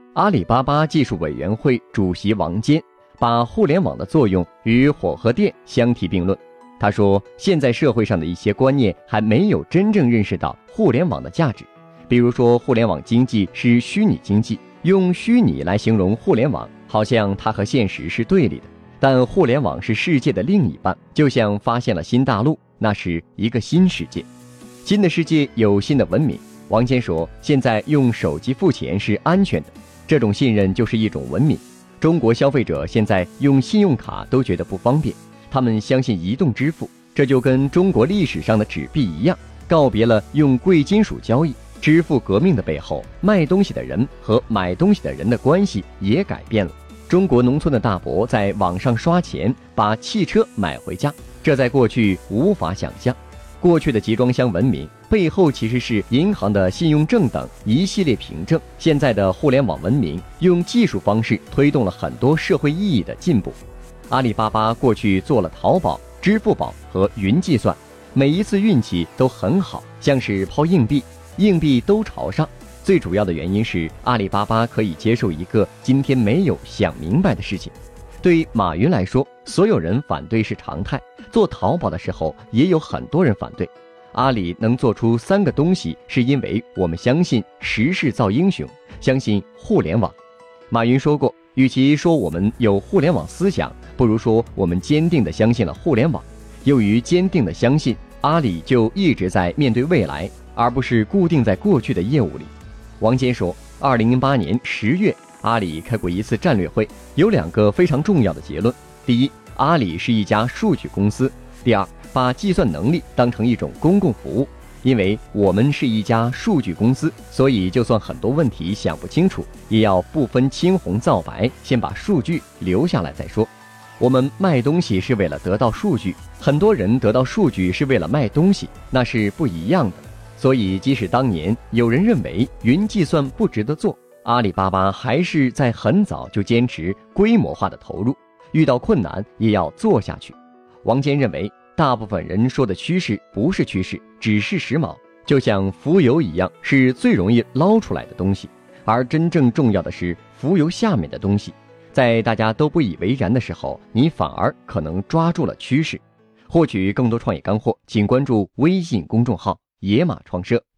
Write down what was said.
阿里巴巴技术委员会主席王坚把互联网的作用与火和电相提并论。他说，现在社会上的一些观念还没有真正认识到互联网的价值。比如说，互联网经济是虚拟经济，用虚拟来形容互联网，好像它和现实是对立的。但互联网是世界的另一半，就像发现了新大陆，那是一个新世界。新的世界有新的文明。王坚说，现在用手机付钱是安全的，这种信任就是一种文明。中国消费者现在用信用卡都觉得不方便，他们相信移动支付，这就跟中国历史上的纸币一样，告别了用贵金属交易。支付革命的背后，卖东西的人和买东西的人的关系也改变了。中国农村的大伯在网上刷钱，把汽车买回家，这在过去无法想象。过去的集装箱文明背后其实是银行的信用证等一系列凭证，现在的互联网文明用技术方式推动了很多社会意义的进步。阿里巴巴过去做了淘宝、支付宝和云计算，每一次运气都很好，像是抛硬币，硬币都朝上。最主要的原因是阿里巴巴可以接受一个今天没有想明白的事情。对马云来说，所有人反对是常态，做淘宝的时候也有很多人反对。阿里能做出3个东西，是因为我们相信时势造英雄，相信互联网。马云说过，与其说我们有互联网思想，不如说我们坚定地相信了互联网。由于坚定地相信，阿里就一直在面对未来，而不是固定在过去的业务里。王坚说，2008年10月，阿里开过一次战略会，有2个非常重要的结论。第一，阿里是一家数据公司；第二，把计算能力当成一种公共服务。因为我们是一家数据公司，所以就算很多问题想不清楚，也要不分青红皂白，先把数据留下来再说。我们卖东西是为了得到数据，很多人得到数据是为了卖东西，那是不一样的。所以即使当年有人认为云计算不值得做，阿里巴巴还是在很早就坚持规模化的投入，遇到困难也要做下去。王坚认为，大部分人说的趋势不是趋势，只是时髦，就像浮油一样，是最容易捞出来的东西，而真正重要的是浮油下面的东西。在大家都不以为然的时候，你反而可能抓住了趋势。获取更多创业干货，请关注微信公众号野马创社。